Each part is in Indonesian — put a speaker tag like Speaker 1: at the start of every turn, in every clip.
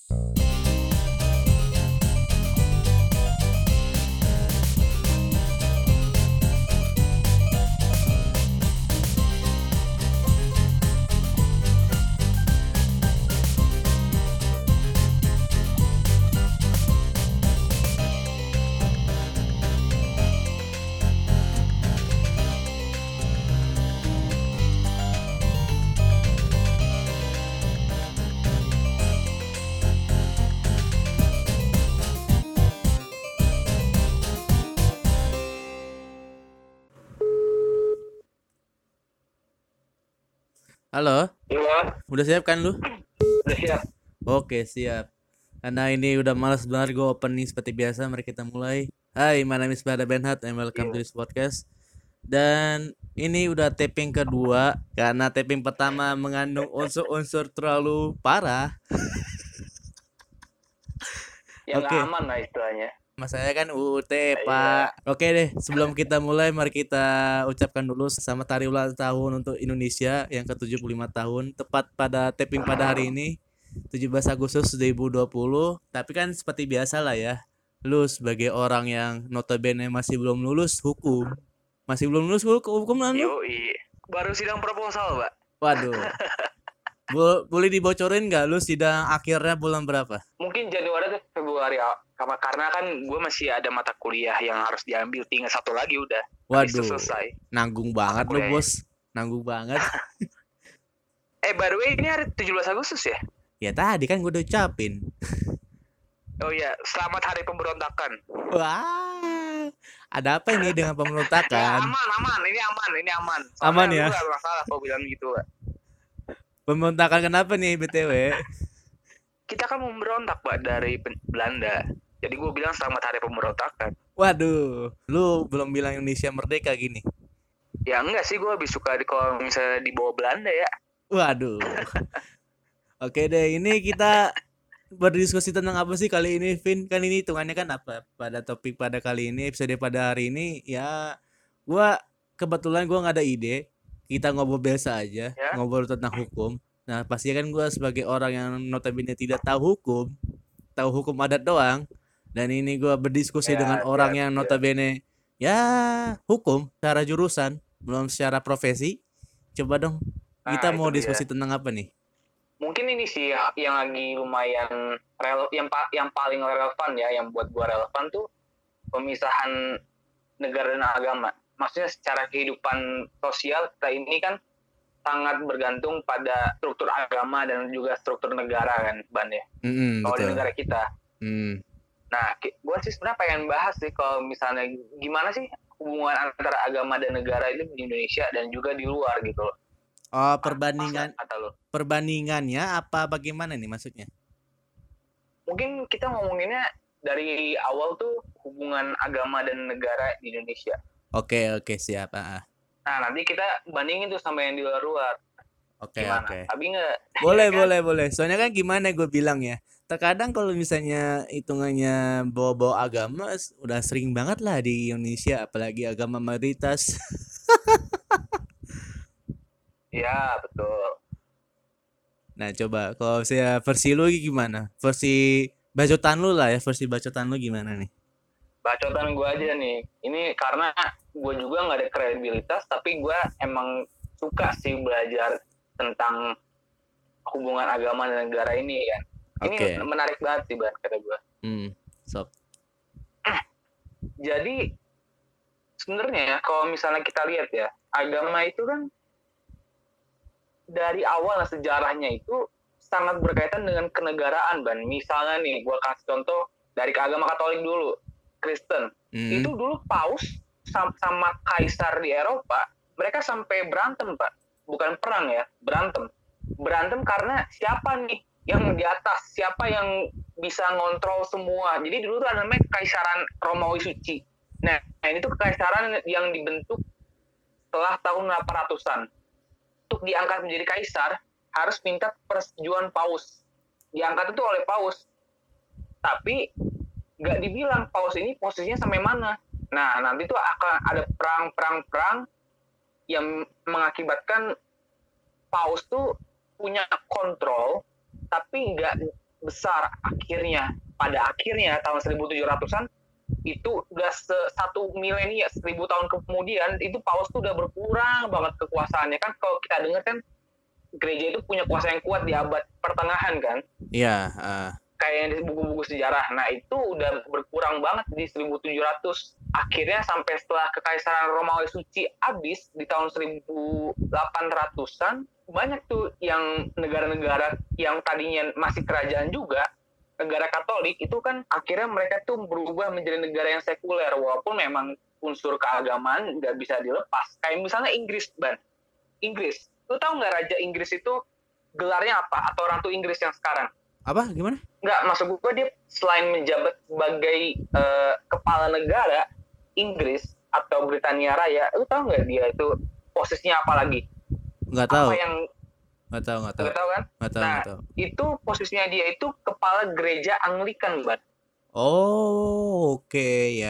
Speaker 1: Halo,
Speaker 2: Iya,
Speaker 1: udah siap kan lu?
Speaker 2: udah siap.
Speaker 1: Oke, siap. Karena ini udah males banget gue opening seperti biasa, mari kita mulai. Hai, my name is Bada Benhat and welcome to
Speaker 2: Iya.
Speaker 1: this podcast. Dan ini udah taping kedua, karena taping pertama mengandung unsur-unsur terlalu parah.
Speaker 2: Yang nggak
Speaker 1: Oke,
Speaker 2: aman lah istilahnya.
Speaker 1: Mas saya kan UUT,
Speaker 2: Iya.
Speaker 1: Pak. Oke deh, sebelum kita mulai, mari kita ucapkan dulu selamat hari ulang tahun untuk Indonesia yang ke-75 tahun. Tepat pada taping pada hari ini, 17 Agustus 2020. Tapi kan seperti biasa lah ya, lu sebagai orang yang notabene masih belum lulus hukum. Masih belum lulus hukum kan lu?
Speaker 2: Yoi. Baru sidang proposal, Pak.
Speaker 1: Waduh. Boleh dibocorin nggak lu sidang akhirnya bulan berapa?
Speaker 2: Mungkin Januari atau Februari, karena kan gue masih ada mata kuliah yang harus diambil. Tinggal satu lagi udah. Habis itu
Speaker 1: Waduh,
Speaker 2: selesai.
Speaker 1: nanggung banget lu
Speaker 2: kuliahnya.
Speaker 1: bos. Nanggung banget.
Speaker 2: By the way, ini hari 17 Agustus ya?
Speaker 1: Ya tadi kan gue udah ucapin.
Speaker 2: Oh iya, selamat hari pemberontakan.
Speaker 1: Wah, ada apa ini dengan
Speaker 2: Ya,
Speaker 1: pemberontakan?
Speaker 2: aman. Ini aman. Soalnya
Speaker 1: Aman ya?
Speaker 2: lu gak masalah kalau bilang gitu, Pak.
Speaker 1: Pemberontakan kenapa nih BTW?
Speaker 2: Kita kan memberontak, Pak, dari Belanda. Jadi gue bilang selamat hari pemberontakan.
Speaker 1: Waduh, lu belum bilang Indonesia merdeka gini.
Speaker 2: Ya enggak sih, gue lebih suka kalau misalnya di bawah Belanda ya.
Speaker 1: Waduh. Oke deh, ini kita berdiskusi tentang apa sih kali ini, Vin? Kan ini hitungannya kan apa? Pada topik pada kali ini, episode pada hari ini, ya gua kebetulan gua nggak ada ide. Kita ngobrol biasa aja,
Speaker 2: Ya.
Speaker 1: ngobrol tentang hukum. Nah, pasti kan gua sebagai orang yang notabene tidak tahu hukum adat doang. Dan ini gua berdiskusi
Speaker 2: Ya,
Speaker 1: dengan orang
Speaker 2: siap,
Speaker 1: yang
Speaker 2: siap.
Speaker 1: notabene ya hukum secara jurusan, belum secara profesi. Coba dong,
Speaker 2: Nah,
Speaker 1: kita
Speaker 2: itu
Speaker 1: mau
Speaker 2: dia.
Speaker 1: diskusi tentang apa nih?
Speaker 2: Mungkin ini sih yang lagi lumayan yang paling relevan ya, yang buat gue relevan tuh pemisahan negara dan agama. Maksudnya secara kehidupan sosial kita ini kan sangat bergantung pada struktur agama dan juga struktur negara kan, Ban ya. Kalau di
Speaker 1: Betul.
Speaker 2: negara kita. Nah, gue sih sebenarnya pengen bahas sih kalau misalnya gimana sih hubungan antara agama dan negara itu di Indonesia dan juga di luar gitu loh.
Speaker 1: Oh, perbandingannya apa bagaimana nih maksudnya?
Speaker 2: Mungkin kita ngomonginnya dari awal tuh hubungan agama dan negara di Indonesia.
Speaker 1: Oke, siap.
Speaker 2: Nah, nanti kita bandingin tuh sama yang di luar.
Speaker 1: Oke.
Speaker 2: Tapi nggak?
Speaker 1: Boleh. Soalnya kan gimana gue bilang ya. Terkadang kalau misalnya hitungannya bawa-bawa agama udah sering banget lah di Indonesia, apalagi agama mayoritas.
Speaker 2: Ya, betul.
Speaker 1: Nah, coba kalau saya versi lu gimana? Versi bacotan lu lah ya, versi bacotan lu gimana nih?
Speaker 2: Bacotan gue aja nih. Ini karena gue juga nggak ada kredibilitas, tapi gue emang suka sih belajar tentang hubungan agama dan negara ini kan. Ini menarik banget sih, Ban, kata gue.
Speaker 1: Sok.
Speaker 2: Jadi sebenarnya kalau misalnya kita lihat ya, agama itu kan dari awal sejarahnya itu sangat berkaitan dengan kenegaraan, Ban. Misalnya nih, gue kasih contoh dari agama Katolik dulu, Kristen. Itu dulu paus sama kaisar di Eropa, mereka sampai berantem, Pak. Bukan perang ya, berantem. Berantem karena siapa nih yang di atas, siapa yang bisa ngontrol semua. Jadi dulu tuh ada namanya Kaisaran Romawi Suci. Nah, ini tuh kekaisaran yang dibentuk setelah tahun 800-an. Untuk diangkat menjadi kaisar harus minta persetujuan paus. Diangkat itu oleh paus, tapi nggak dibilang paus ini posisinya sampai mana. Nah, nanti tuh akan ada perang yang mengakibatkan paus tuh punya kontrol, tapi nggak besar pada akhirnya tahun 1700-an itu udah satu milenium 1000 tahun kemudian itu paus tuh udah berkurang banget kekuasaannya kan. Kalau kita dengar kan gereja itu punya kuasa yang kuat di abad pertengahan kan.
Speaker 1: Iya.
Speaker 2: Kayak yang di buku-buku sejarah. Nah itu udah berkurang banget di 1700. Akhirnya sampai setelah Kekaisaran Romawi Suci habis di tahun 1800-an, banyak tuh yang negara-negara yang tadinya masih kerajaan juga, negara Katolik itu kan akhirnya mereka tuh berubah menjadi negara yang sekuler, walaupun memang unsur keagamaan nggak bisa dilepas. Kayak misalnya Inggris, Inggris. Lu tahu nggak Raja Inggris itu gelarnya apa? Atau Ratu Inggris yang sekarang?
Speaker 1: Apa? Gimana?
Speaker 2: Nggak, maksud gue dia selain menjabat sebagai kepala negara Inggris atau Britania Raya, lu tahu nggak dia itu posisinya apa lagi?
Speaker 1: Nggak tahu.
Speaker 2: Nggak tahu kan?
Speaker 1: Nggak tahu.
Speaker 2: Itu posisinya dia itu kepala gereja Anglikan, Bang.
Speaker 1: Oh, oke. Ya.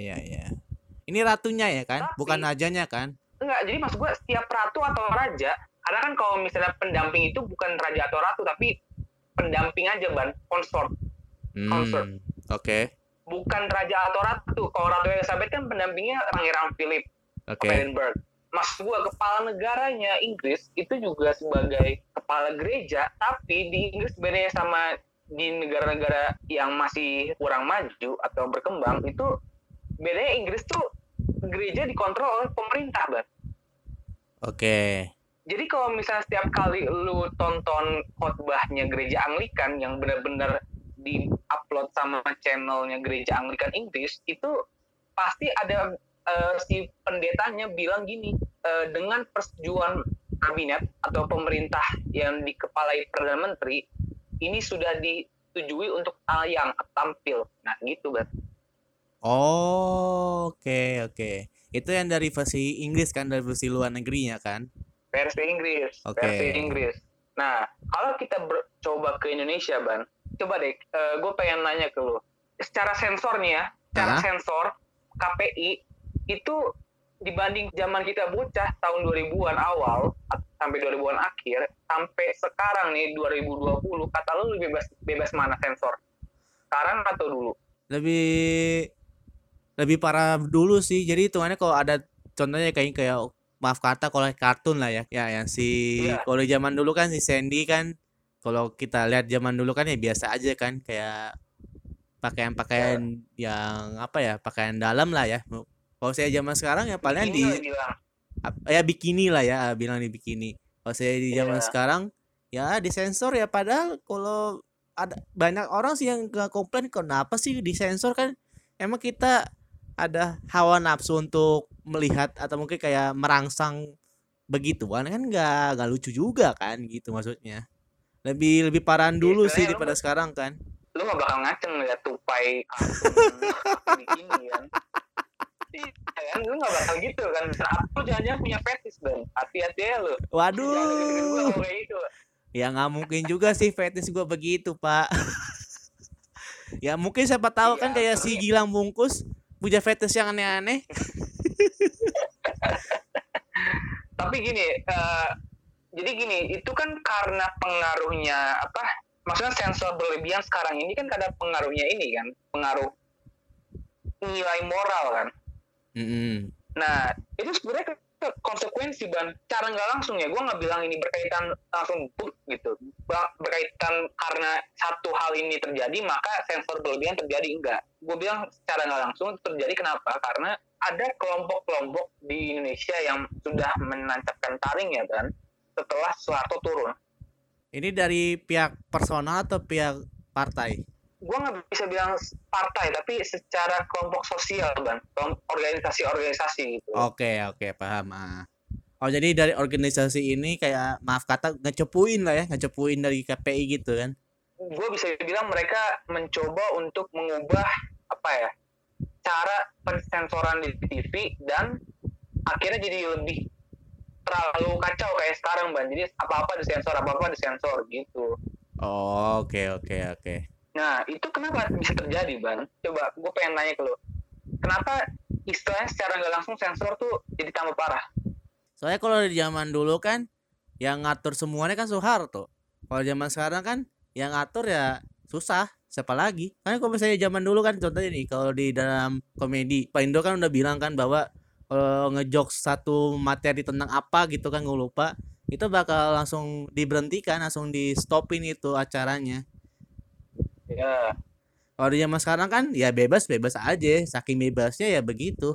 Speaker 1: Ini ratunya ya kan?
Speaker 2: Tapi,
Speaker 1: bukan rajanya kan?
Speaker 2: Enggak, jadi maksud gue setiap ratu atau raja, karena kan kalau misalnya pendamping itu bukan raja atau ratu, tapi pendamping aja, Ban. Consort.
Speaker 1: Oke.
Speaker 2: Bukan raja atau ratu. Kalau Ratu Elizabeth kan pendampingnya Pangeran Philip. Edinburgh. Maksud gue kepala negaranya Inggris itu juga sebagai kepala gereja, tapi di Inggris bedanya sama di negara-negara yang masih kurang maju atau berkembang itu bedanya Inggris tuh gereja dikontrol oleh pemerintah, Bang.
Speaker 1: Oke.
Speaker 2: Jadi kalau misalnya setiap kali lu tonton khotbahnya gereja Anglikan yang benar-benar di-upload sama channelnya gereja Anglikan Inggris, itu pasti ada si pendetanya bilang gini, dengan persetujuan kabinet atau pemerintah yang dikepalai Perdana Menteri, ini sudah disetujui untuk tampil. Nah gitu, Bang.
Speaker 1: Oh, oke. Itu yang dari versi Inggris kan, dari versi luar negerinya kan?
Speaker 2: Versi Inggris. Nah, kalau kita coba ke Indonesia, Ban, coba deh, gue pengen nanya ke lu. Secara sensor nih ya, sensor KPI itu dibanding zaman kita bocah tahun 2000-an awal sampai 2000-an akhir, sampai sekarang nih 2020, kata lu lebih bebas mana sensor? Sekarang atau dulu?
Speaker 1: Lebih parah dulu sih. Jadi hitungannya kalau ada contohnya kayak maaf kata kalau kartun lah ya yang kalau zaman dulu kan si Sandy kan, kalau kita lihat zaman dulu kan ya biasa aja kan, kayak pakaian yang apa ya, pakaian dalam lah ya. Kalau saya zaman sekarang ya paling bikini lah ya, bilang di bikini. Kalau saya di zaman sekarang ya disensor ya, padahal kalau ada banyak orang sih yang nggak komplain kenapa sih disensor, kan emang kita ada hawa nafsu untuk melihat atau mungkin kayak merangsang begituan kan, nggak lucu juga kan gitu maksudnya. Lebih parahan dulu sih daripada sekarang kan.
Speaker 2: Lu nggak bakal ngaceng ngeliat tupai bikini kan. Kan lu nggak bakal gitu kan. Aku jangan-jangan punya fetish, Bang. Hati-hati ya lu.
Speaker 1: Waduh. Ya nggak mungkin juga sih fetish gue begitu, Pak. Ya mungkin siapa tahu kan kayak si Gilang Bungkus punya fetish yang aneh-aneh.
Speaker 2: Tapi gini, jadi gini, itu kan karena pengaruhnya maksudnya sensor berlebihan sekarang ini kan karena pengaruhnya ini kan, pengaruh nilai moral kan. Nah, itu sebenarnya konsekuensi, Bang. Cara nggak langsung ya, gue nggak bilang ini berkaitan langsung gitu, berkaitan karena satu hal ini terjadi maka sensor berlebihan terjadi, enggak. Gue bilang secara nggak langsung terjadi. Kenapa? Karena ada kelompok-kelompok di Indonesia yang sudah menancapkan taring ya kan, setelah Soeharto turun.
Speaker 1: Ini dari pihak personal atau pihak partai?
Speaker 2: Gue nggak bisa bilang partai, tapi secara kelompok sosial, Bang, organisasi-organisasi gitu.
Speaker 1: Oke, paham. Oh, jadi dari organisasi ini kayak maaf kata ngecepuin dari KPI gitu kan?
Speaker 2: Gue bisa bilang mereka mencoba untuk mengubah cara pensensoran di TV, dan akhirnya jadi lebih terlalu kacau kayak sekarang, Bang. Jadi apa-apa disensor gitu.
Speaker 1: Oh, oke.
Speaker 2: Nah, itu kenapa bisa terjadi, Bang? Coba gue pengen nanya ke lo. Kenapa istilahnya secara nggak langsung sensor tuh jadi tambah parah?
Speaker 1: Soalnya kalau di zaman dulu kan yang ngatur semuanya kan Soeharto. Kalau zaman sekarang kan yang ngatur ya susah. Siapa lagi? Kan kalau misalnya zaman dulu kan contohnya nih kalau di dalam komedi, Pak Indo kan udah bilang kan bahwa kalau ngejokes satu materi tentang apa gitu kan gue lupa, itu bakal langsung diberhentikan, langsung di stopin itu acaranya.
Speaker 2: Ya.
Speaker 1: Kalau di zaman sekarang kan ya bebas-bebas aja, saking bebasnya ya begitu.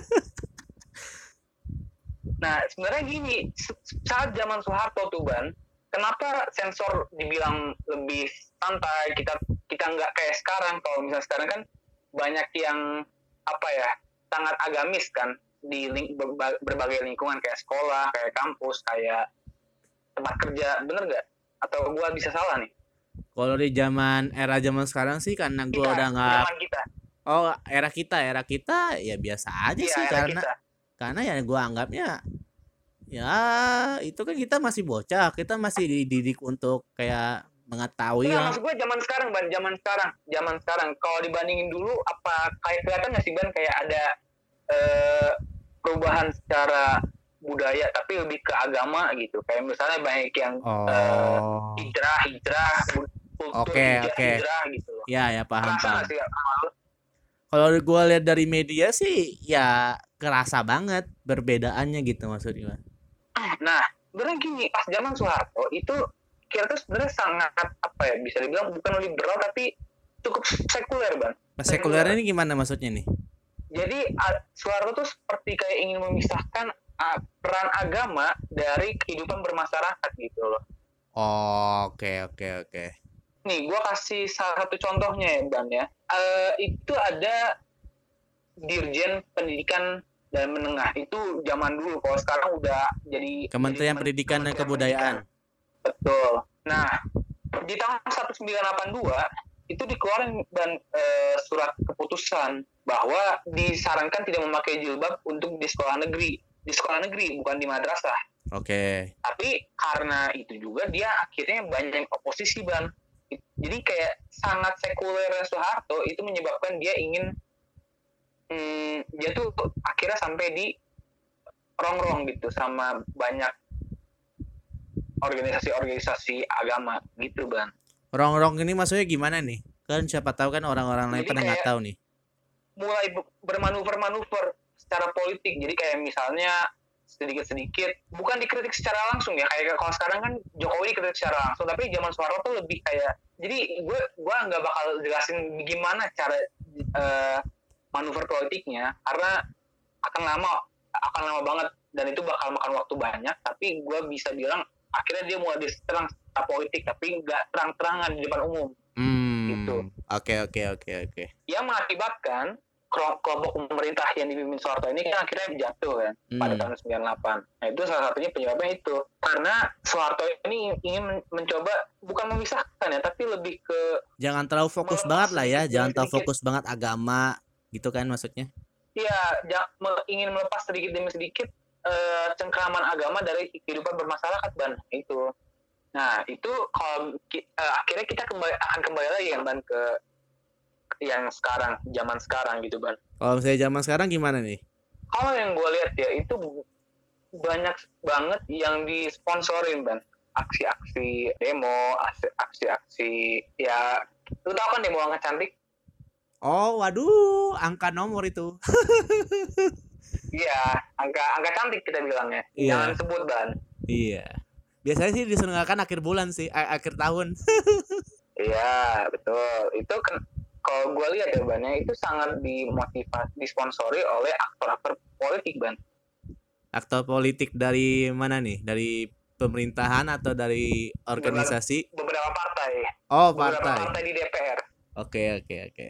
Speaker 2: Nah, sebenarnya gini, saat zaman Soeharto tuh Ban, kenapa sensor dibilang lebih santai, kita kita nggak kayak sekarang. Kalau misalnya sekarang kan banyak yang apa ya, sangat agamis kan di berbagai lingkungan kayak sekolah, kayak kampus, kayak tempat kerja, bener nggak? Atau gua bisa salah nih?
Speaker 1: Kalau di zaman sekarang sih karena gua
Speaker 2: Kita,
Speaker 1: udah nggak.
Speaker 2: zaman kita.
Speaker 1: Oh, era kita ya biasa aja
Speaker 2: Iya,
Speaker 1: sih
Speaker 2: era
Speaker 1: karena
Speaker 2: kita.
Speaker 1: ya gua anggapnya ya itu kan kita masih bocah, kita masih dididik untuk kayak mengetahui
Speaker 2: Enggak,
Speaker 1: lah.
Speaker 2: maksud gue zaman sekarang, Ban. Zaman sekarang. Kalau dibandingin dulu, apa kayak kelihatan nggak sih, Ban, kayak ada perubahan secara budaya, tapi lebih ke agama gitu. Kayak misalnya banyak yang
Speaker 1: Oh.
Speaker 2: hijrah, kultur
Speaker 1: Oke.
Speaker 2: hijrah gitu loh.
Speaker 1: Ya paham.
Speaker 2: Kerasa nggak sih?
Speaker 1: Kalau gua lihat dari media sih ya kerasa banget perbedaannya gitu maksudnya.
Speaker 2: Nah, sebenarnya gini, pas zaman Soeharto itu kita tuh sebenarnya sangat apa ya, bisa dibilang bukan liberal tapi cukup sekuler, Ban.
Speaker 1: Sekulernya ini gimana maksudnya nih?
Speaker 2: Jadi Soeharto tuh seperti kayak ingin memisahkan peran agama dari kehidupan bermasyarakat gitu loh.
Speaker 1: Oke.
Speaker 2: Nih, gue kasih salah satu contohnya ya, Ban ya. Itu ada Dirjen Pendidikan dan Menengah. Itu zaman dulu. Kalau sekarang udah jadi
Speaker 1: Kementerian Pendidikan dan Kebudayaan.
Speaker 2: Betul. Nah, di tahun 1982 itu dikeluarkan dan surat keputusan bahwa disarankan tidak memakai jilbab untuk di sekolah negeri, bukan di madrasah.
Speaker 1: Oke.
Speaker 2: Tapi karena itu juga dia akhirnya banyak oposisi, Ban. Jadi kayak sangat sekuler Soeharto itu menyebabkan dia ingin dia tuh akhirnya sampai di rongrong gitu sama banyak organisasi agama gitu, Ban.
Speaker 1: Rongrong ini maksudnya gimana nih? Kan siapa tahu kan orang-orang lain pada nggak tahu nih.
Speaker 2: Mulai bermanuver secara politik. Jadi kayak misalnya sedikit-sedikit bukan dikritik secara langsung ya, kayak kalau sekarang kan Jokowi dikritik secara langsung, tapi zaman Soeharto tuh lebih kayak, jadi gue nggak bakal jelasin gimana cara manuver politiknya karena akan lama banget dan itu bakal makan waktu banyak, tapi gue bisa bilang akhirnya dia mulai diserang secara politik tapi nggak terang-terangan di depan umum gitu.
Speaker 1: Oke.
Speaker 2: Yang mengakibatkan kelompok pemerintah yang dipimpin Soeharto ini kan akhirnya jatuh kan pada tahun 98. Nah itu salah satunya penyebabnya itu karena Soeharto ini ingin mencoba bukan memisahkan ya, tapi lebih ke
Speaker 1: jangan terlalu fokus banget lah ya, jangan terlalu fokus banget agama gitu kan maksudnya.
Speaker 2: Iya, ingin melepas sedikit demi sedikit cengkraman agama dari kehidupan bermasyarakat, Ban. Itu. Nah, itu kalau akhirnya kita akan kembali lagi kan, Ban, ke yang sekarang, zaman sekarang gitu, Ban.
Speaker 1: Kalau misalnya zaman sekarang gimana nih?
Speaker 2: Kalau yang gue lihat ya itu banyak banget yang disponsorin, Ban. Aksi-aksi demo, aksi-aksi ya, lu tau kan demo angka cantik?
Speaker 1: Oh, waduh, angka nomor itu.
Speaker 2: Iya, angka cantik kita bilangnya.
Speaker 1: Iya.
Speaker 2: Jangan sebut, Ban.
Speaker 1: Iya. Biasanya sih diselenggarakan akhir bulan sih, akhir tahun.
Speaker 2: Iya, betul. Itu kan kalau gue lihat ya, Ban, itu sangat disponsori oleh aktor-aktor politik, Ban.
Speaker 1: Aktor politik dari mana nih? Dari pemerintahan atau dari organisasi?
Speaker 2: Beberapa partai.
Speaker 1: Oh,
Speaker 2: beberapa partai di DPR.
Speaker 1: Oke.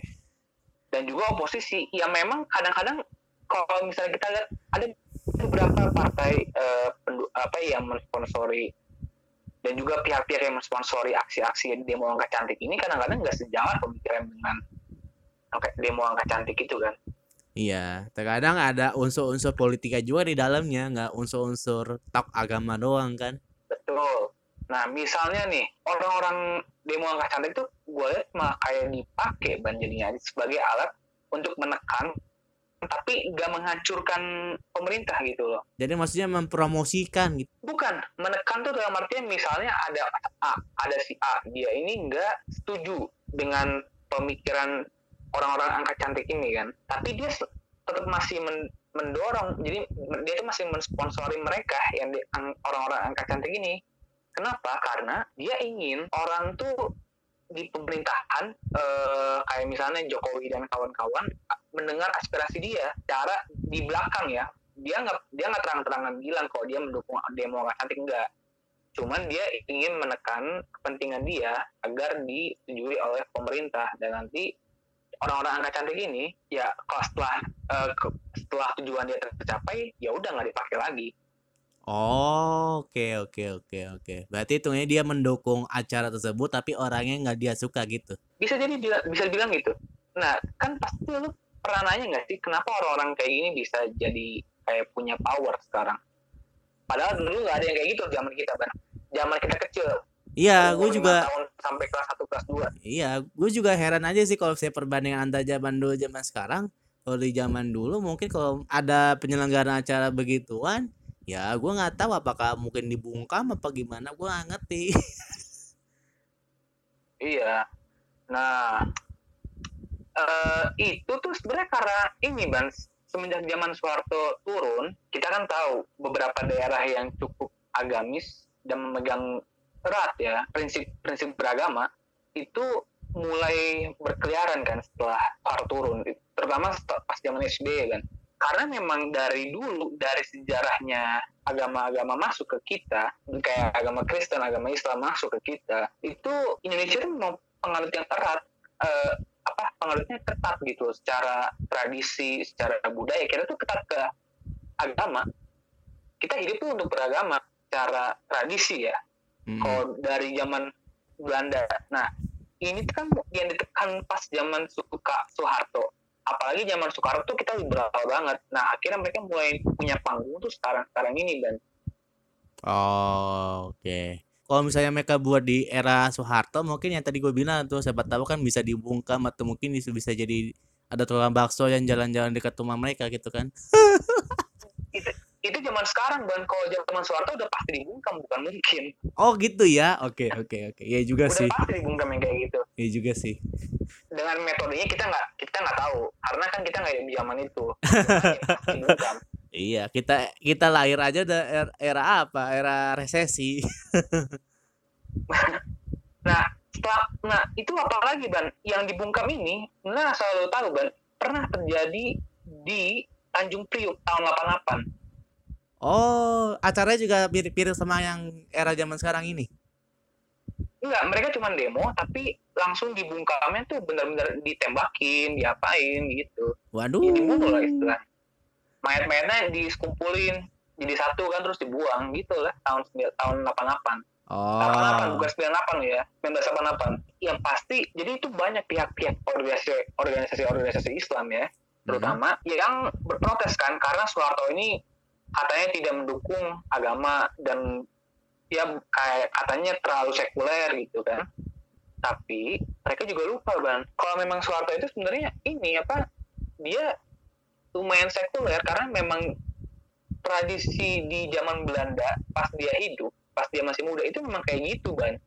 Speaker 2: Dan juga oposisi. Ya memang kadang-kadang kalau misalnya kita lihat ada beberapa partai yang mensponsori dan juga pihak-pihak yang mensponsori aksi-aksi demo angka cantik ini kadang-kadang nggak sejalan pemikiran dengan demo angka cantik itu kan.
Speaker 1: Iya, terkadang ada unsur-unsur politika juga di dalamnya, nggak unsur-unsur tok agama doang kan.
Speaker 2: Betul. Nah misalnya nih orang-orang demo angka cantik itu gue lihat malah kayak dipakai jadinya sebagai alat untuk menekan tapi nggak menghancurkan pemerintah gitu loh.
Speaker 1: Jadi maksudnya mempromosikan gitu.
Speaker 2: Bukan, menekan tuh dalam artian misalnya ada si A, dia ini nggak setuju dengan pemikiran orang-orang angkat cantik ini kan, tapi dia tetap masih mendorong, jadi dia tuh masih mensponsori mereka yang orang-orang angkat cantik ini. Kenapa? Karena dia ingin orang tuh di pemerintahan kayak misalnya Jokowi dan kawan-kawan mendengar aspirasi dia. Cara di belakang ya, dia nggak terang-terangan bilang kalau dia mendukung demo angkat cantik, enggak. Cuman dia ingin menekan kepentingan dia agar disetujui oleh pemerintah, dan nanti orang-orang angkat cantik ini ya kalau setelah tujuan dia tercapai ya udah nggak dipakai lagi.
Speaker 1: Oh, oke. Berarti hitungnya dia mendukung acara tersebut tapi orangnya nggak dia suka gitu.
Speaker 2: Bisa bilang gitu. Nah, kan pasti lu pernah nanya nggak sih kenapa orang-orang kayak gini bisa jadi kayak punya power sekarang? Padahal dulu nggak ada yang kayak gitu zaman kita, Bang. Zaman kita kecil.
Speaker 1: Iya, gue juga
Speaker 2: tahun sampai kelas 1, kelas 2.
Speaker 1: Iya, gue juga heran aja sih kalau saya perbandingan antara zaman dulu zaman sekarang. Kalau di zaman dulu mungkin kalau ada penyelenggaraan acara begituan, ya gue nggak tahu apakah mungkin dibungkam apa gimana, gue nggak ngerti.
Speaker 2: Iya. Nah, itu tuh sebenarnya karena ini, Bang, semenjak zaman Soeharto turun, kita kan tahu beberapa daerah yang cukup agamis dan memegang erat ya prinsip beragama itu mulai berkeliaran kan setelah Soeharto turun, terutama pas zaman SBY kan. Karena memang dari dulu, dari sejarahnya agama-agama masuk ke kita, kayak agama Kristen, agama Islam masuk ke kita, itu Indonesia itu memang penganut yang erat, penganutnya ketat gitu, secara tradisi, secara budaya kita tuh ketat ke agama. Kita hidup tuh untuk beragama secara tradisi ya. Kalau dari zaman Belanda, nah ini kan yang ditekan pas zaman Soeharto. Apalagi zaman Soekarno tuh kita liberal banget. Nah akhirnya mereka mulai punya panggung tuh sekarang ini, Dan.
Speaker 1: Oh, oke. Kalau misalnya mereka buat di era Soeharto, mungkin yang tadi gue bilang tuh, siapa tahu kan bisa dibungkam atau mungkin bisa jadi ada tukang bakso yang jalan-jalan dekat rumah mereka gitu kan.
Speaker 2: Itu zaman sekarang, Bang. Kalau zaman Soeharto udah pasti dibungkam, bukan mungkin.
Speaker 1: Oh gitu ya. Oke. Iya juga
Speaker 2: udah
Speaker 1: sih.
Speaker 2: Udah pasti dibungkam yang kayak gitu.
Speaker 1: Iya juga sih.
Speaker 2: Dengan metodenya kita nggak tahu, karena kan kita nggak di zaman itu.
Speaker 1: Iya, kita lahir aja udah era apa? Era resesi.
Speaker 2: Nah, itu apa lagi, Ban? Yang dibungkam ini, nah selalu tahu, Ban, pernah terjadi di Tanjung Priuk tahun 88.
Speaker 1: Oh, acaranya juga mirip-mirip sama yang era zaman sekarang ini?
Speaker 2: Enggak, mereka cuma demo, tapi langsung dibungkamnya tuh benar-benar ditembakin, diapain gitu.
Speaker 1: Waduh.
Speaker 2: Dibunuh lah istilah. Mayat-mayatnya dikumpulin jadi satu kan, terus dibuang gitu lah tahun 88.
Speaker 1: Oh.
Speaker 2: 88 bukan 98 ya, 1988. Yang pasti, jadi itu banyak pihak-pihak organisasi Islam ya, terutama yang berprotes kan, karena Soeharto ini katanya tidak mendukung agama dan ya kayak katanya terlalu sekuler gitu kan. Tapi mereka juga lupa, Bang, kalau memang Soeharto itu sebenarnya ini dia lumayan sekuler, karena memang tradisi di zaman Belanda pas dia hidup, pas dia masih muda itu memang kayak gitu, Bang.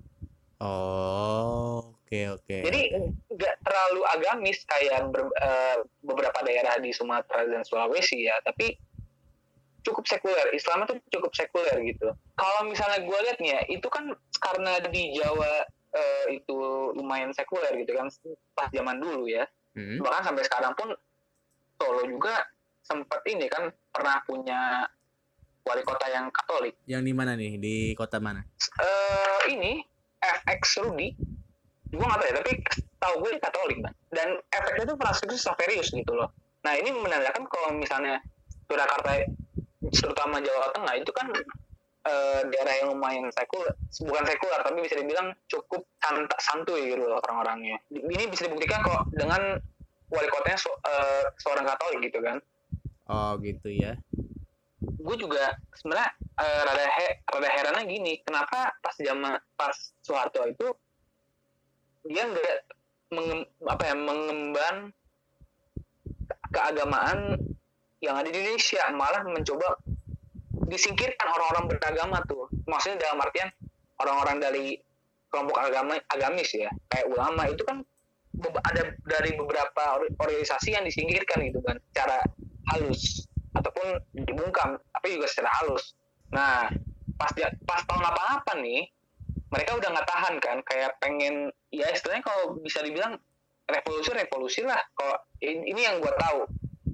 Speaker 1: Oh, oke.
Speaker 2: Jadi nggak terlalu agamis kayak beberapa daerah di Sumatera dan Sulawesi ya, tapi cukup sekuler. Islam itu cukup sekuler gitu. Kalau misalnya gue lihat nih ya, itu kan karena di Jawa itu lumayan sekuler gitu kan pas zaman dulu ya. Bahkan sampai sekarang pun Solo juga sempat ini kan pernah punya wali kota yang Katolik.
Speaker 1: Yang di mana nih? Di kota mana?
Speaker 2: Ini FX Rudi. Gue nggak tahu ya, tapi tahu gue dia Katolik, Bang. Dan efeknya itu Franciscus Saverius gitu loh. Nah ini menandakan kalau misalnya Surakarta, terutama Jawa Tengah itu kan daerah yang lumayan sekuler, bukan sekuler tapi bisa dibilang cukup santuy gitu loh orang-orangnya. Ini bisa dibuktikan kok dengan wali kotanya seorang Katolik gitu kan.
Speaker 1: Oh gitu ya.
Speaker 2: Gue juga sebenarnya rada herannya gini, kenapa pas Soeharto itu dia nggak mengemban keagamaan yang ada di Indonesia, malah mencoba disingkirkan orang-orang beragama tuh. Maksudnya dalam artian orang-orang dari kelompok agamis ya, kayak ulama itu kan ada dari beberapa organisasi yang disingkirkan gitu kan, secara halus ataupun dibungkam, tapi juga secara halus. Nah, pas tahun 88 nih, mereka udah nggak tahan kan, kayak pengen, ya istilahnya kalau bisa dibilang revolusi lah. Kalau ini yang gue tahu.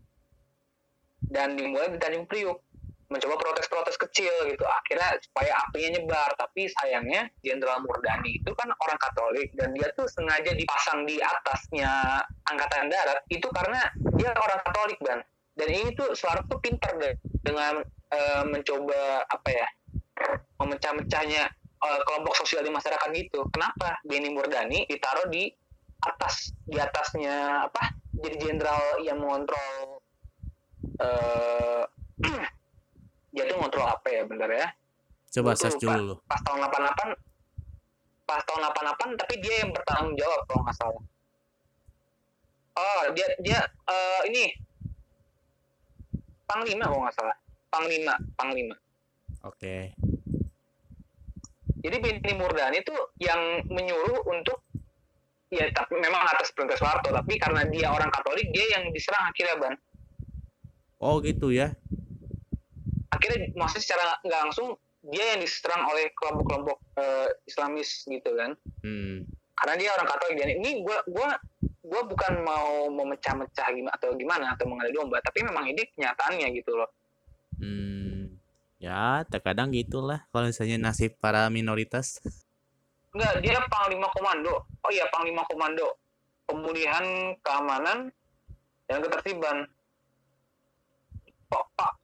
Speaker 2: Dan dimulai di Tanjung Priuk, mencoba protes-protes kecil gitu, akhirnya supaya apinya nyebar. Tapi sayangnya Jenderal Murdani itu kan orang Katolik, dan dia tuh sengaja dipasang di atasnya Angkatan Darat itu karena dia orang Katolik, Ban. Dan ini tuh Soeharto tuh pintar deh dengan mencoba memecah-mecahnya kelompok sosial di masyarakat gitu. Kenapa Benny Murdani ditaruh di atasnya jadi jenderal yang mengontrol dia tuh ngontrol apa ya, bentar ya,
Speaker 1: coba search dulu.
Speaker 2: Pas tahun 88 tapi dia yang bertanggung jawab kalau nggak salah. Dia ini Panglima kalau nggak salah. Panglima.
Speaker 1: Oke.
Speaker 2: Jadi Benny Murdani itu yang menyuruh untuk, ya tapi memang atas perintah Soeharto, tapi karena dia orang Katolik dia yang diserang akhirnya, Ban.
Speaker 1: Oh gitu ya.
Speaker 2: Akhirnya maksudnya secara nggak langsung dia yang diserang oleh kelompok-kelompok Islamis gitu kan. Karena dia orang Katolik. Dan ini gue bukan mau memecah-mecah gimana atau mengadu domba, tapi memang ini kenyataannya gitu loh.
Speaker 1: Ya terkadang gitulah kalau misalnya nasib para minoritas.
Speaker 2: Enggak, dia Panglima Komando. Oh iya, Panglima Komando Pemulihan Keamanan dan Ketertiban. Pak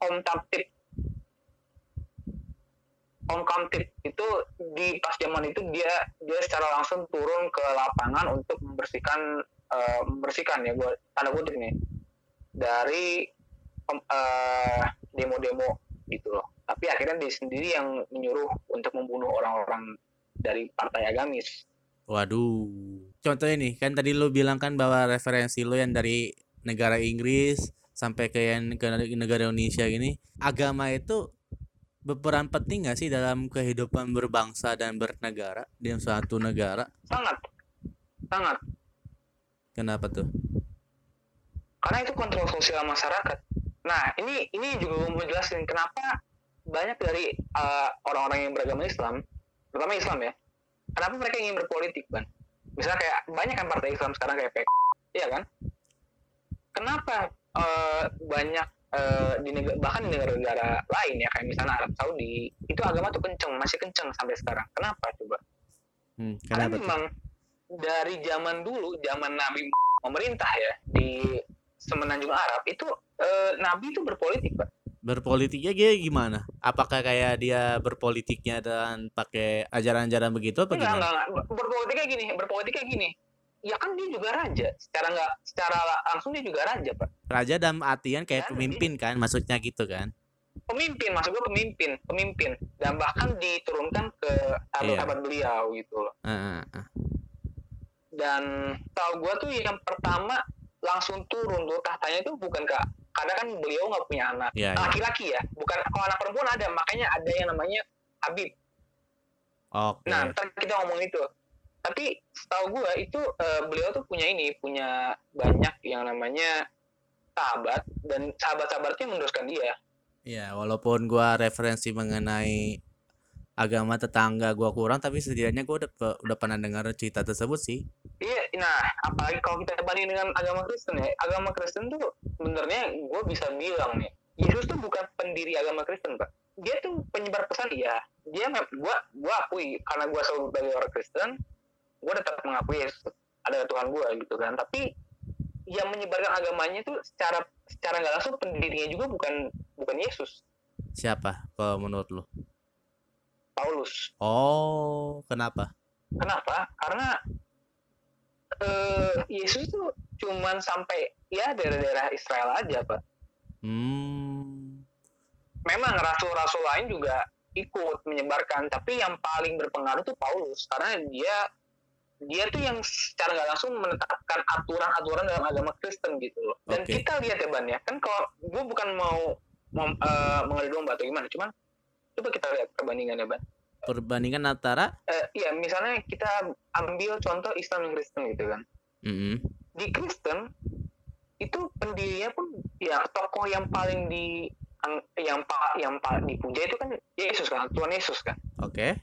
Speaker 2: Om Kamtip itu di pas zaman itu dia secara langsung turun ke lapangan untuk membersihkan ya, gue tanda kutip nih, dari demo-demo gitu loh. Tapi akhirnya dia sendiri yang menyuruh untuk membunuh orang-orang dari partai agamis.
Speaker 1: Waduh. Contohnya nih, kan tadi lo bilang kan bahwa referensi lo yang dari negara Inggris sampai ke negara Indonesia gini, agama itu berperan penting nggak sih dalam kehidupan berbangsa dan bernegara di suatu negara?
Speaker 2: Sangat.
Speaker 1: Kenapa tuh?
Speaker 2: Karena itu kontrol sosial masyarakat. Nah, ini juga mau jelasin kenapa banyak dari orang-orang yang beragama Islam, terutama Islam ya, kenapa mereka ingin berpolitik, Ban? Misalnya kayak banyak kan partai Islam sekarang kayak PKI, iya kan? Kenapa banyak bahkan di negara-negara lain ya, kayak misalnya Arab Saudi, itu agama tuh masih kenceng sampai sekarang. Kenapa coba? Karena memang dari zaman dulu, zaman Nabi memerintah ya di Semenanjung Arab itu, Nabi itu berpolitik, Pak.
Speaker 1: Berpolitiknya gimana? Apakah kayak dia berpolitiknya dan pakai ajaran-ajaran begitu apa gimana?
Speaker 2: Enggak. Berpolitiknya gini. Ya kan dia juga raja. Secara langsung dia juga raja, Pak.
Speaker 1: Raja dalam artian kayak pemimpin kan, maksudnya gitu kan?
Speaker 2: Pemimpin, maksud gue pemimpin. Dan bahkan diturunkan ke sahabat beliau gitu loh. Dan tahu gue tuh yang pertama langsung turun tuh tahtanya itu bukan Kak. Karena kan beliau nggak punya anak, laki-laki ya, bukan. Kalau anak perempuan ada, makanya ada yang namanya Habib.
Speaker 1: Okay.
Speaker 2: Nah, ntar kita ngomong itu. Tapi setahu gue itu beliau tuh punya banyak yang namanya sahabat, dan sahabat-sahabatnya meneruskan dia.
Speaker 1: Ya, walaupun gue referensi mengenai agama tetangga gue kurang, tapi setidaknya gue udah pernah dengar cerita tersebut sih.
Speaker 2: Iya, nah apalagi kalau kita banding dengan agama Kristen ya, agama Kristen tuh sebenarnya gue bisa bilang nih, Yesus tuh bukan pendiri agama Kristen, Pak. Dia tuh penyebar pesan, ya. Gue akui, karena gue selalu sebagai orang Kristen, gue tetap mengakui Yesus ada Tuhan gue gitu kan. Tapi yang menyebarkan agamanya tuh secara nggak langsung pendirinya juga bukan Yesus.
Speaker 1: Siapa kalau menurut lo?
Speaker 2: Paulus.
Speaker 1: Oh, kenapa?
Speaker 2: Karena Yesus tuh cuman sampai ya daerah-daerah Israel aja, Pak. Memang rasul-rasul lain juga ikut menyebarkan, tapi yang paling berpengaruh tuh Paulus, karena dia tuh yang secara nggak langsung menetapkan aturan-aturan dalam agama Kristen gitu loh. Dan kita lihat ya, Ban ya, kan kalau gue bukan mau mengadu domba atau gimana, cuman coba kita lihat perbandingannya, Ban.
Speaker 1: perbandingan antara
Speaker 2: Iya, misalnya kita ambil contoh Islam dan Kristen gitu kan. Di Kristen itu pendirinya pun ya tokoh yang paling yang dipuja itu kan Yesus kan, Tuhan Yesus kan.
Speaker 1: Oke.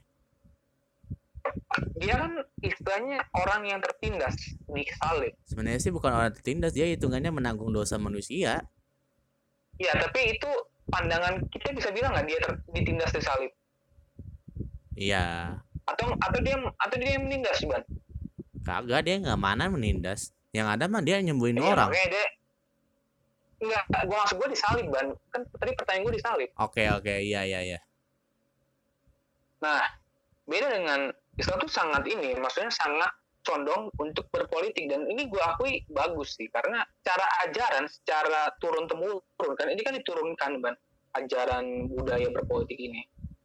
Speaker 2: Dia kan istilahnya orang yang tertindas di salib.
Speaker 1: Sebenarnya sih bukan orang tertindas, dia hitungannya menanggung dosa manusia.
Speaker 2: Ya, tapi itu pandangan kita bisa bilang nggak dia ditindas di salib?
Speaker 1: Iya.
Speaker 2: Atau dia yang menindas, Ban?
Speaker 1: Kagak, dia nggak mana menindas. Yang ada mah dia nyembuhin orang.
Speaker 2: Makanya dia enggak, gua maksud gua disalib, Ban. Kan tadi pertanyaan gua disalib.
Speaker 1: Oke, iya.
Speaker 2: Nah, beda dengan Islam tuh sangat maksudnya sangat condong untuk berpolitik, dan ini gue akui bagus sih, karena cara ajaran secara turun temurun kan ini kan diturunkan, Ban, ajaran budaya berpolitik ini.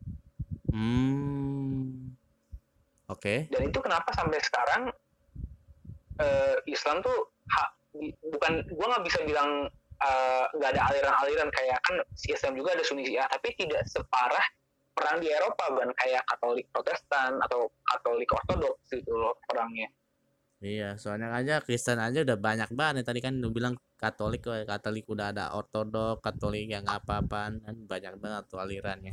Speaker 1: Oke.
Speaker 2: Dan itu kenapa sampai sekarang Islam tuh bukan, gue nggak bisa bilang nggak ada aliran-aliran, kayak kan Islam juga ada Sunni Syiah, tapi tidak separah perang di Eropa, Ban, kayak Katolik Protestan atau Katolik Ortodoks gitu loh perangnya.
Speaker 1: Iya, soalnya aja Kristen aja udah banyak banget. Tadi kan lu bilang Katolik udah ada Ortodoks, Katolik yang apa-apaan, kan banyak banget tuh alirannya.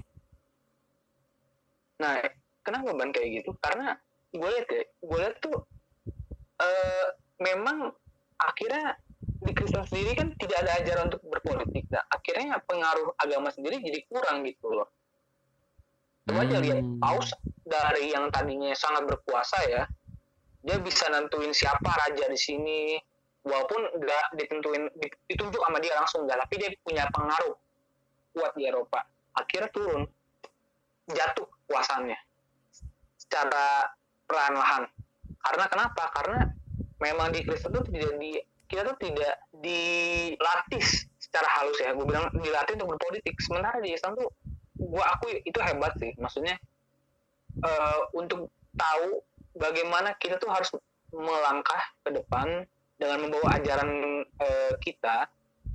Speaker 2: Nah, kenapa, Ban, kayak gitu? Karena gue lihat tuh memang akhirnya di Kristen sendiri kan tidak ada ajaran untuk berpolitik. Nah, akhirnya pengaruh agama sendiri jadi kurang gitu loh. Coba aja lihat Paus dari yang tadinya sangat berkuasa ya, dia bisa nentuin siapa raja di sini, walaupun nggak ditunjuk sama dia langsung nggak, tapi dia punya pengaruh kuat di Eropa. Akhirnya turun, jatuh kuasanya secara perlahan-lahan. Karena kenapa? Karena memang di Kristen tuh kita tuh tidak dilatih secara halus ya. Gue bilang dilatih untuk berpolitik. Sementara di Islam tuh gue akui itu hebat sih, maksudnya untuk tahu bagaimana kita tuh harus melangkah ke depan dengan membawa ajaran kita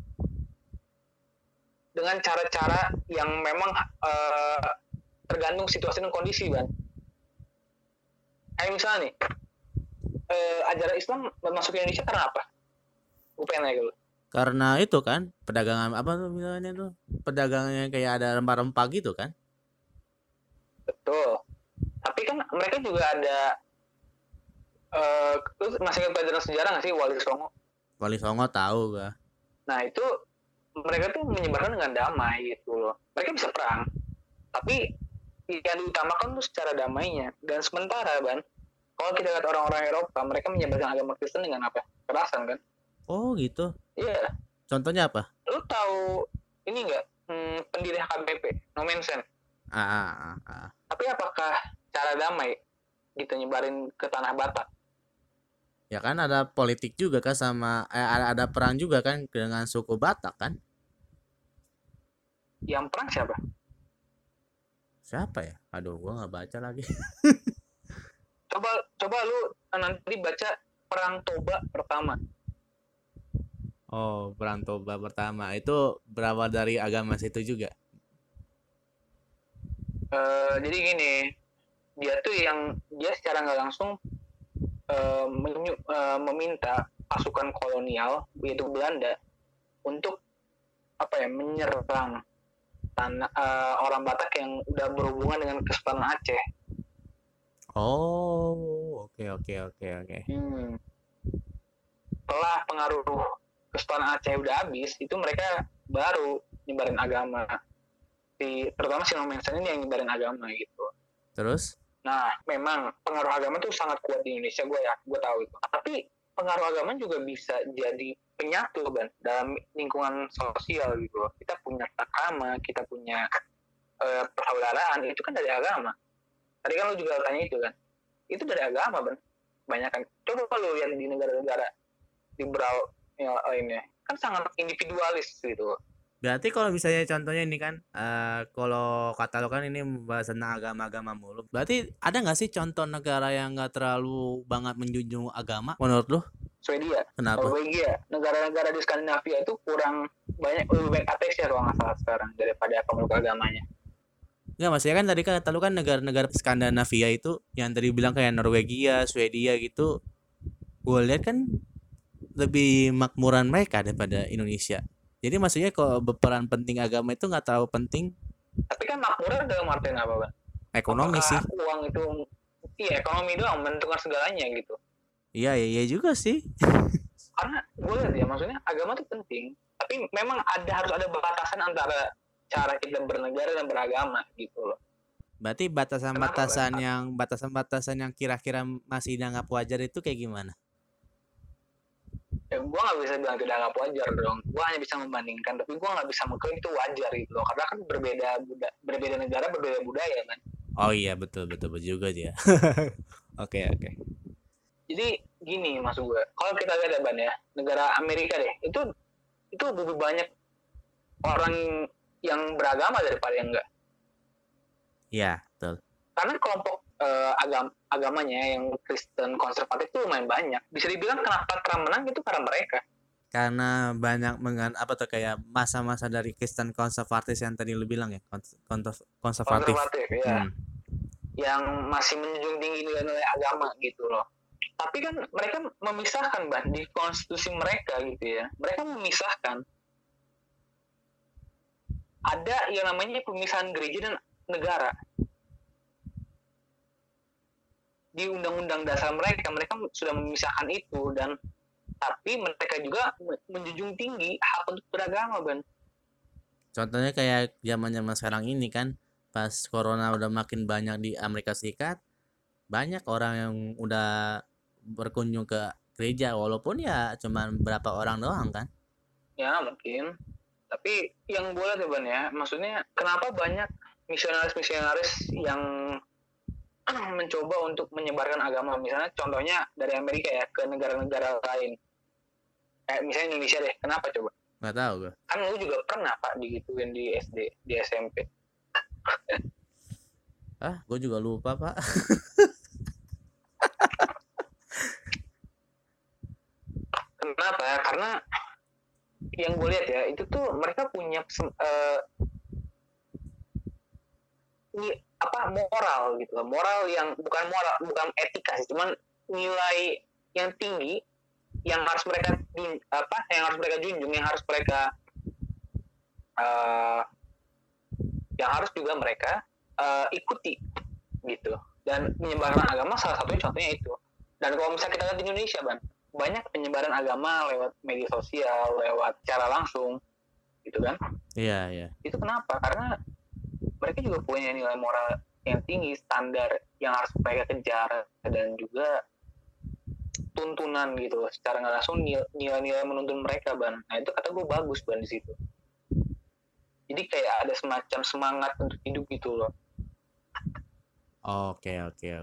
Speaker 2: dengan cara-cara yang memang tergantung situasi dan kondisi, Ban. Kayak misalnya nih, ajaran Islam masuk ke Indonesia karena apa? Gue pengen nanya dulu.
Speaker 1: Karena itu kan perdagangan apa tuh bilangnya tuh, perdagangannya kayak ada rempah-rempah gitu kan.
Speaker 2: Betul. Tapi kan mereka juga ada masih ke pelajaran sejarah nggak sih Wali Songo
Speaker 1: tahu gak?
Speaker 2: Nah itu mereka tuh menyebarkan dengan damai gitu loh. Mereka bisa perang, tapi yang diutamakan tuh secara damainya. Dan sementara, Ban, kalau kita lihat orang-orang Eropa, mereka menyebarkan agama Kristen dengan apa? Kekerasan kan?
Speaker 1: Oh gitu.
Speaker 2: Iya.
Speaker 1: Contohnya apa?
Speaker 2: Lu tahu ini nggak? Pendiri HKBP, No Man's Land. Tapi apakah cara damai gitu nyebarin ke tanah Batak?
Speaker 1: Ya kan ada politik juga kan, sama ada perang juga kan dengan suku Batak kan?
Speaker 2: Yang perang siapa?
Speaker 1: Siapa ya? Aduh, gua nggak baca lagi.
Speaker 2: coba lu nanti baca Perang Toba pertama.
Speaker 1: Oh, Perang Toba pertama itu berawal dari agama situ juga.
Speaker 2: Jadi gini, dia secara nggak langsung meminta pasukan kolonial yaitu Belanda untuk menyerang orang Batak yang udah berhubungan dengan Kesultanan Aceh.
Speaker 1: Oh, oke.
Speaker 2: Setelah pengaruh Kesultanan Aceh udah habis, itu mereka baru nyebarin agama. Terutama si No Man's Land ini yang nyebarin agama gitu.
Speaker 1: Terus?
Speaker 2: Nah, memang pengaruh agama tuh sangat kuat di Indonesia, gue tahu itu. Tapi pengaruh agama juga bisa jadi penyatu, Ban, dalam lingkungan sosial gitu. Kita punya agama, kita punya persaudaraan, itu kan dari agama. Tadi kan lu juga tanya itu kan, itu dari agama, Ban. Banyak kan. Coba lu lihat di negara-negara liberal yang lainnya, kan sangat individualis gitu.
Speaker 1: Berarti kalau misalnya contohnya ini kan, kalau kata lo kan ini membahas tentang agama-agama mulu. Berarti ada nggak sih contoh negara yang nggak terlalu banget menjunjung agama menurut lo?
Speaker 2: Swedia.
Speaker 1: Kenapa?
Speaker 2: Norwegia. Negara-negara di Skandinavia itu kurang banyak, lebih banyak ateis ya kalau nggak salah sekarang daripada pemeluk agamanya.
Speaker 1: Enggak, maksudnya kan tadi kata lu kan negara-negara Skandinavia itu yang tadi bilang kayak Norwegia, Swedia gitu. Gue lihat kan lebih makmuran mereka daripada Indonesia. Jadi maksudnya kalau berperan penting agama itu nggak terlalu penting.
Speaker 2: Tapi kan makmurnya dalam artian apa, Bang?
Speaker 1: Ekonomi
Speaker 2: Apakah
Speaker 1: sih.
Speaker 2: uang itu, iya ekonomi doang menentukan segalanya gitu?
Speaker 1: Iya, iya juga sih.
Speaker 2: Karena gue lihat ya, maksudnya agama itu penting, tapi memang harus ada batasan antara cara kita bernegara dan beragama gitu loh.
Speaker 1: Berarti batasan-batasan yang kira-kira masih dianggap wajar itu kayak gimana?
Speaker 2: Ya, gue nggak bisa bilang tidak nggak wajar dong. Gue hanya bisa membandingkan, tapi gue nggak bisa mengklaim itu wajar gitu loh. Karena kan berbeda negara, berbeda budaya kan.
Speaker 1: Oh iya, betul juga dia. Oke.
Speaker 2: Jadi gini maksud gue, kalau kita lihat ya Ban ya, negara Amerika deh, itu lebih banyak orang yang beragama daripada yang enggak.
Speaker 1: Iya, betul.
Speaker 2: Karena kelompok agamanya yang Kristen konservatif itu lumayan banyak. Bisa dibilang kenapa Trump menang itu karena mereka.
Speaker 1: Karena banyak kayak masa-masa dari Kristen konservatif yang tadi lu bilang ya, konservatif.
Speaker 2: Ya. Yang masih menjunjung tinggi nilai-nilai agama gitu loh. Tapi kan mereka memisahkan Ban di konstitusi mereka gitu ya. Mereka memisahkan. Ada yang namanya pemisahan gereja dan negara. Di undang-undang dasar mereka sudah memisahkan itu, dan tapi mereka juga menjunjung tinggi hak untuk beragama, Ban.
Speaker 1: Contohnya kayak zaman-zaman sekarang ini kan, pas corona udah makin banyak di Amerika Serikat, banyak orang yang udah berkunjung ke gereja walaupun ya cuman berapa orang doang kan.
Speaker 2: Ya mungkin, tapi yang gue lihat ya Ban ya, maksudnya kenapa banyak misionaris yang mencoba untuk menyebarkan agama, misalnya contohnya dari Amerika ya ke negara-negara lain, kayak misalnya Indonesia deh, kenapa coba?
Speaker 1: Nggak tahu gue.
Speaker 2: Kan lu juga pernah Pak digituin di SD, di SMP.
Speaker 1: Gue juga lupa Pak.
Speaker 2: Kenapa ya? Karena yang gue lihat ya, itu tuh mereka punya moral gitu loh, moral yang bukan etika sih, cuman nilai yang tinggi yang harus mereka junjung, yang harus juga mereka ikuti gitu. Dan penyebaran agama salah satunya contohnya itu. Dan kalau misalnya kita lihat di Indonesia Ban, banyak penyebaran agama lewat media sosial, lewat cara langsung gitu kan.
Speaker 1: Iya.
Speaker 2: Itu kenapa? Karena mereka juga punya nilai moral yang tinggi, standar yang harus mereka kejar, dan juga tuntunan gitu secara nggak langsung, nilai-nilai menuntun mereka Ban. Nah itu kata gue bagus Ban di situ. Jadi kayak ada semacam semangat untuk hidup gitu loh.
Speaker 1: Oke.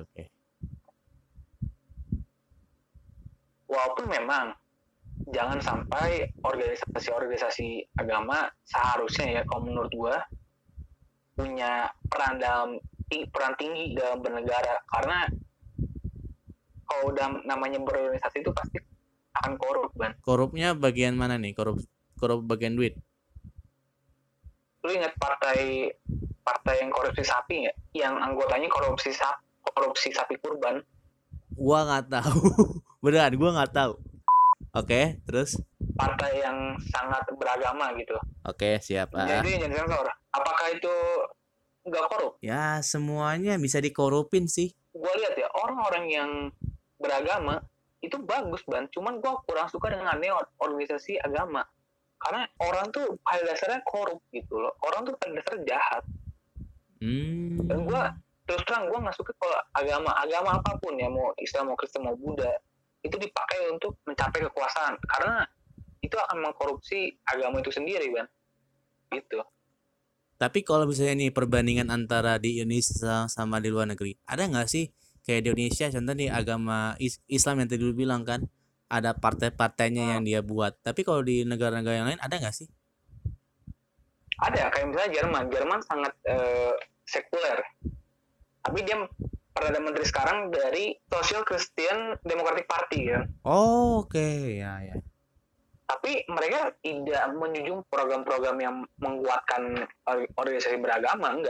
Speaker 2: Walaupun memang jangan sampai organisasi agama seharusnya ya, kalau menurut gue punya peran tinggi dalam bernegara, karena kalau udah namanya berorganisasi itu pasti akan korup Ban.
Speaker 1: Korupnya bagian mana nih? Korup bagian duit.
Speaker 2: Lu ingat partai yang korupsi sapi nggak? Yang anggotanya korupsi sapi kurban.
Speaker 1: Gua nggak tahu. Beneran gua nggak tahu. Oke, terus?
Speaker 2: Partai yang sangat beragama gitu.
Speaker 1: Oke, siap.
Speaker 2: Jadi yang sensor. Apakah itu nggak korup?
Speaker 1: Ya semuanya bisa dikorupin sih.
Speaker 2: Gue lihat ya, orang-orang yang beragama itu bagus Ban. Cuman gue kurang suka dengan organisasi agama. Karena orang tuh pada dasarnya korup gitu loh. Orang tuh pada dasarnya jahat. Dan gue terus terang gue nggak suka kalau agama apapun ya, mau Islam, mau Kristen, mau Buddha, itu dipakai untuk mencapai kekuasaan, karena itu akan mengkorupsi agama itu sendiri Ban. Gitu.
Speaker 1: Tapi kalau misalnya nih perbandingan antara di Indonesia sama di luar negeri, ada nggak sih kayak di Indonesia contoh nih agama Islam yang tadi dulu bilang kan, ada partai-partainya yang dia buat. Tapi kalau di negara-negara yang lain ada nggak sih?
Speaker 2: Ada, kayak misalnya Jerman sangat sekuler. Tapi dia Perdana Menteri sekarang dari Social Christian Democratic Party kan.
Speaker 1: Oke. Ya.
Speaker 2: Tapi mereka tidak menjunjung program-program yang menguatkan organisasi beragama, enggak.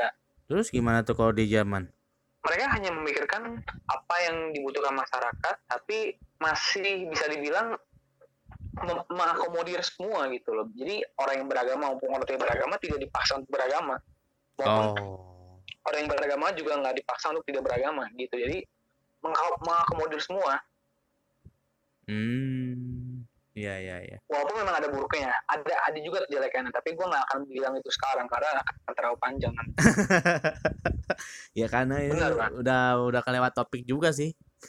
Speaker 1: Terus gimana tuh kalau di Jerman?
Speaker 2: Mereka hanya memikirkan apa yang dibutuhkan masyarakat, tapi masih bisa dibilang mengakomodir semua gitu loh. Jadi orang yang beragama maupun orang yang beragama tidak dipaksa untuk beragama, maupun orang yang beragama juga nggak dipaksa untuk tidak beragama gitu. Jadi mengakomodir semua.
Speaker 1: Iya.
Speaker 2: Walaupun memang ada buruknya, ada juga kejelekannya, tapi gue nggak akan bilang itu sekarang karena akan terlalu panjang nanti.
Speaker 1: Ya karena ini
Speaker 2: Benar, kan?
Speaker 1: udah kelewat topik juga sih.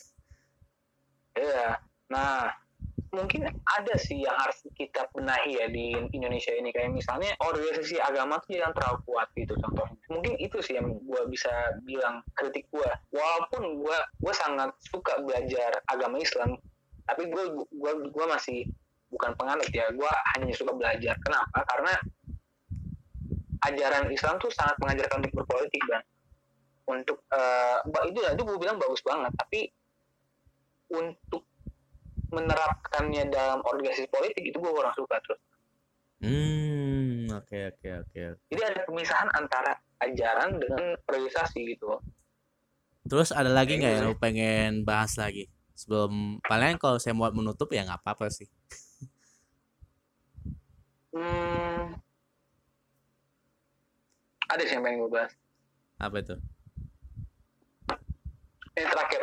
Speaker 2: Iya. Nah, mungkin ada sih yang harus kita benahi ya di Indonesia ini, kayak misalnya organisasi agama tuh jangan terlalu kuat gitu contohnya. Mungkin itu sih yang gue bisa bilang kritik gue. Walaupun gue sangat suka belajar agama Islam, tapi gue masih bukan penganut ya, gue hanya suka belajar. Kenapa? Karena ajaran Islam tuh sangat mengajarkan untuk berpolitik, Bang. Untuk itu gue bilang bagus banget, tapi untuk menerapkannya dalam organisasi politik itu gue kurang suka terus.
Speaker 1: Oke.
Speaker 2: Jadi ada pemisahan antara ajaran dengan organisasi gitu.
Speaker 1: Terus ada lagi nggak yang lu pengen bahas lagi? Sebelum paling kalau saya mau menutup ya nggak apa-apa sih.
Speaker 2: Ada sih yang pengen gue bahas.
Speaker 1: Apa itu?
Speaker 2: Ini terakhir.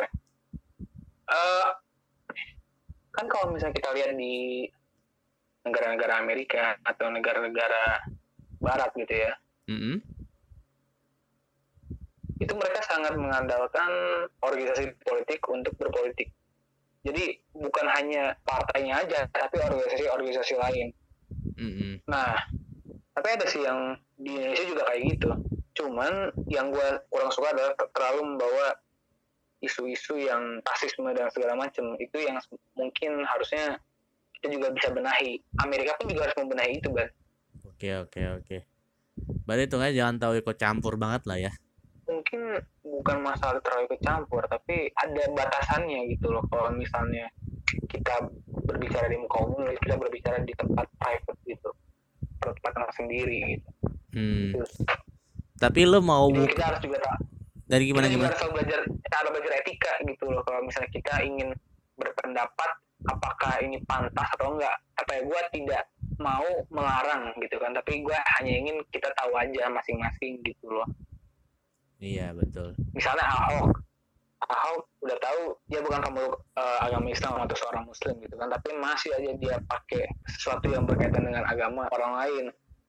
Speaker 2: Kan kalau misalnya kita lihat di negara-negara Amerika atau negara-negara Barat gitu ya, itu mereka sangat mengandalkan organisasi politik untuk berpolitik. Jadi bukan hanya partainya aja, tapi organisasi-organisasi lain. Nah, tapi ada sih yang di Indonesia juga kayak gitu. Cuman yang gue kurang suka adalah terlalu membawa isu-isu yang rasisme dan segala macam. Itu yang mungkin harusnya kita juga bisa benahi. Amerika pun juga harus membenahi itu, Bang.
Speaker 1: Oke. Berarti itu kan jangan terlalu ikut campur banget lah ya.
Speaker 2: Mungkin bukan masalah terlalu ikut campur, tapi ada batasannya gitu loh. Kalau misalnya kita berbicara di muka umum, kita berbicara di tempat private gitu, tempat sendiri gitu.
Speaker 1: Tapi lo mau
Speaker 2: jadi kita harus juga
Speaker 1: dari gimana?
Speaker 2: Kita harus belajar etika gitu loh. Kalau misalnya kita ingin berpendapat apakah ini pantas atau enggak, gue tidak mau melarang gitu kan, tapi gue hanya ingin kita tahu aja masing-masing gitu loh.
Speaker 1: Iya betul.
Speaker 2: Misalnya Ahok udah tahu dia bukan pemeluk agama Islam atau seorang Muslim gitu kan, tapi masih aja dia pakai sesuatu yang berkaitan dengan agama orang lain.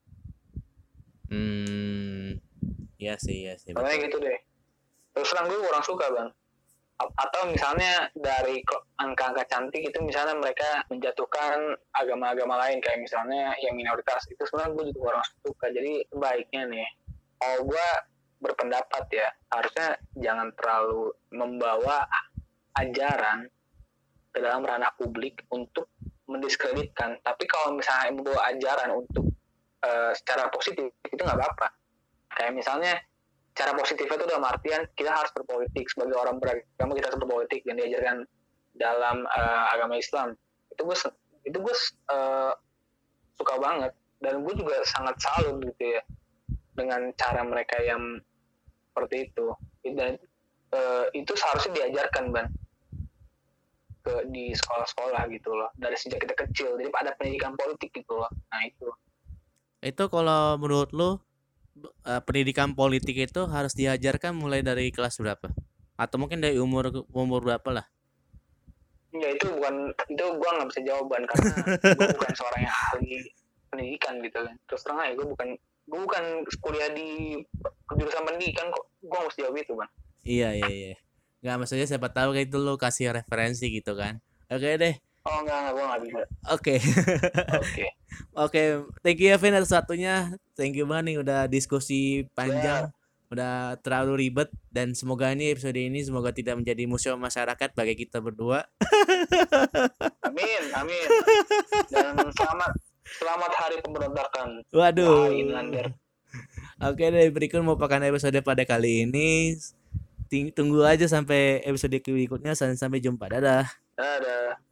Speaker 1: Iya sih.
Speaker 2: Pokoknya gitu deh. Terus terang gue kurang suka, Bang. Atau misalnya dari angka-angka cantik itu misalnya mereka menjatuhkan agama-agama lain, kayak misalnya yang minoritas, itu sebenarnya gue juga kurang suka. Jadi sebaiknya nih, kalau gue berpendapat ya, harusnya jangan terlalu membawa ajaran ke dalam ranah publik untuk mendiskreditkan. Tapi kalau misalnya membawa ajaran untuk secara positif, itu nggak apa-apa. Kayak misalnya cara positifnya itu dalam artian kita harus berpolitik, sebagai orang beragama kita harus berpolitik dan diajarkan dalam agama Islam. Itu gue suka banget, dan gue juga sangat salut gitu ya dengan cara mereka yang seperti itu. Dan itu seharusnya diajarkan, Ban, di sekolah-sekolah gitu loh, dari sejak kita kecil. Jadi ada pendidikan politik gitu loh. Nah itu
Speaker 1: kalau menurut lo pendidikan politik itu harus diajarkan mulai dari kelas berapa? Atau mungkin dari umur berapa lah?
Speaker 2: Ya itu gue nggak bisa jawaban karena gue bukan seorang yang ahli pendidikan gitu kan. Terus terang aja gue bukan kuliah di jurusan pendidikan kok, gue harus jawab itu, Bang.
Speaker 1: Iya. Nggak, maksudnya siapa tahu kayak itu lo kasih referensi gitu kan. Oke deh.
Speaker 2: Oh enggak, gue nggak bisa.
Speaker 1: Oke, thank you Evan atas waktunya. Thank you banget nih udah diskusi panjang, udah terlalu ribet, dan semoga episode ini semoga tidak menjadi musuh masyarakat bagi kita berdua.
Speaker 2: Amin. Dan selamat hari pemberontakan.
Speaker 1: Waduh. Oke deh, berikut merupakan episode pada kali ini. Tunggu aja sampai episode berikutnya. Sampai jumpa. Dadah.